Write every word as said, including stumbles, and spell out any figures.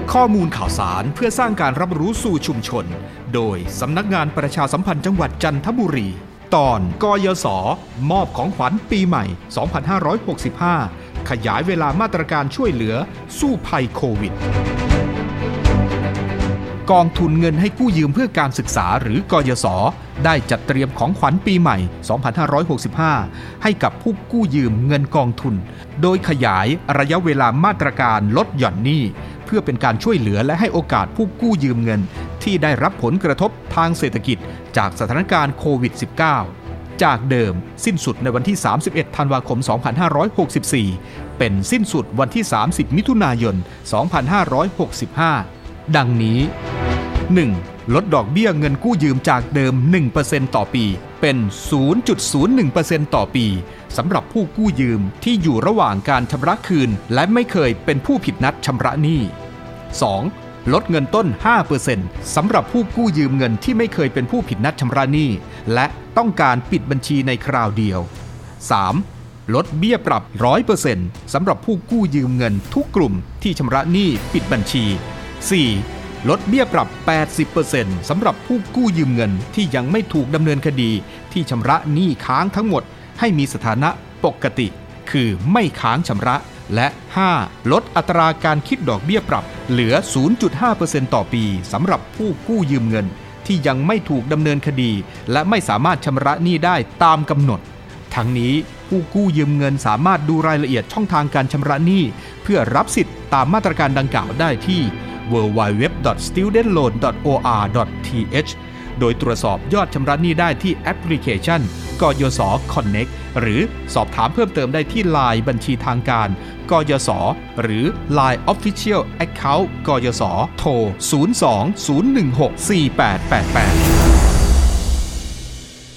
ข้อมูลข่าวสารเพื่อสร้างการรับรู้สู่ชุมชนโดยสำนักงานประชาสัมพันธ์จังหวัดจันทบุรีตอนกยศ.มอบของขวัญปีใหม่สองพันห้าร้อยหกสิบห้าขยายเวลามาตรการช่วยเหลือสู้ภัยโควิดกองทุนเงินให้กู้ยืมเพื่อการศึกษาหรือกยศ.ได้จัดเตรียมของขวัญปีใหม่สองพันห้าร้อยหกสิบห้าให้กับผู้กู้ยืมเงินกองทุนโดยขยายระยะเวลามาตรการลดหย่อนหนี้เพื่อเป็นการช่วยเหลือและให้โอกาสผู้กู้ยืมเงินที่ได้รับผลกระทบทางเศรษฐกิจจากสถานการณ์โควิด สิบเก้า จากเดิมสิ้นสุดในวันที่สามสิบเอ็ดธันวาคมสองพันห้าร้อยหกสิบสี่เป็นสิ้นสุดวันที่สามสิบมิถุนายนสองพันห้าร้อยหกสิบห้าดังนี้ หนึ่ง. ลดดอกเบี้ยเงินกู้ยืมจากเดิม หนึ่งเปอร์เซ็นต์ ต่อปีเป็น ศูนย์จุดศูนย์หนึ่งเปอร์เซ็นต์ ต่อปีสำหรับผู้กู้ยืมที่อยู่ระหว่างการชำระคืนและไม่เคยเป็นผู้ผิดนัดชำระหนี้ สอง. ลดเงินต้น ห้าเปอร์เซ็นต์ สำหรับผู้กู้ยืมเงินที่ไม่เคยเป็นผู้ผิดนัดชำระหนี้และต้องการปิดบัญชีในคราวเดียว สาม. ลดเบี้ยปรับ ร้อยเปอร์เซ็นต์ สำหรับผู้กู้ยืมเงินทุกกลุ่มที่ชำระหนี้ปิดบัญชี สี่. ลดเบี้ยปรับ แปดสิบเปอร์เซ็นต์ สำหรับผู้กู้ยืมเงินที่ยังไม่ถูกดำเนินคดีที่ชำระหนี้ค้างทั้งหมดให้มีสถานะปกติคือไม่ค้างชำระและ ห้า. ลดอัตราการคิดดอกเบี้ยปรับเหลือ ศูนย์จุดห้าเปอร์เซ็นต์ ต่อปีสำหรับผู้กู้ยืมเงินที่ยังไม่ถูกดำเนินคดีและไม่สามารถชำระหนี้ได้ตามกำหนดทั้งนี้ผู้กู้ยืมเงินสามารถดูรายละเอียดช่องทางการชำระหนี้เพื่อรับสิทธิ์ตามมาตรการดังกล่าวได้ที่ ดับเบิลยู ดับเบิลยู ดับเบิลยู ดอท สตูเดนต์โลน ดอท โอ อาร์ ดอท ที เอช โดยตรวจสอบยอดชำระหนี้ได้ที่แอปพลิเคชันกยศ. Connect หรือสอบถามเพิ่มเติมได้ที่ ไลน์ บัญชีทางการกยศ. หรือ ไลน์ Official Account กยศ. โทร ศูนย์ สอง ศูนย์ หนึ่ง หก สี่ แปด แปด แปด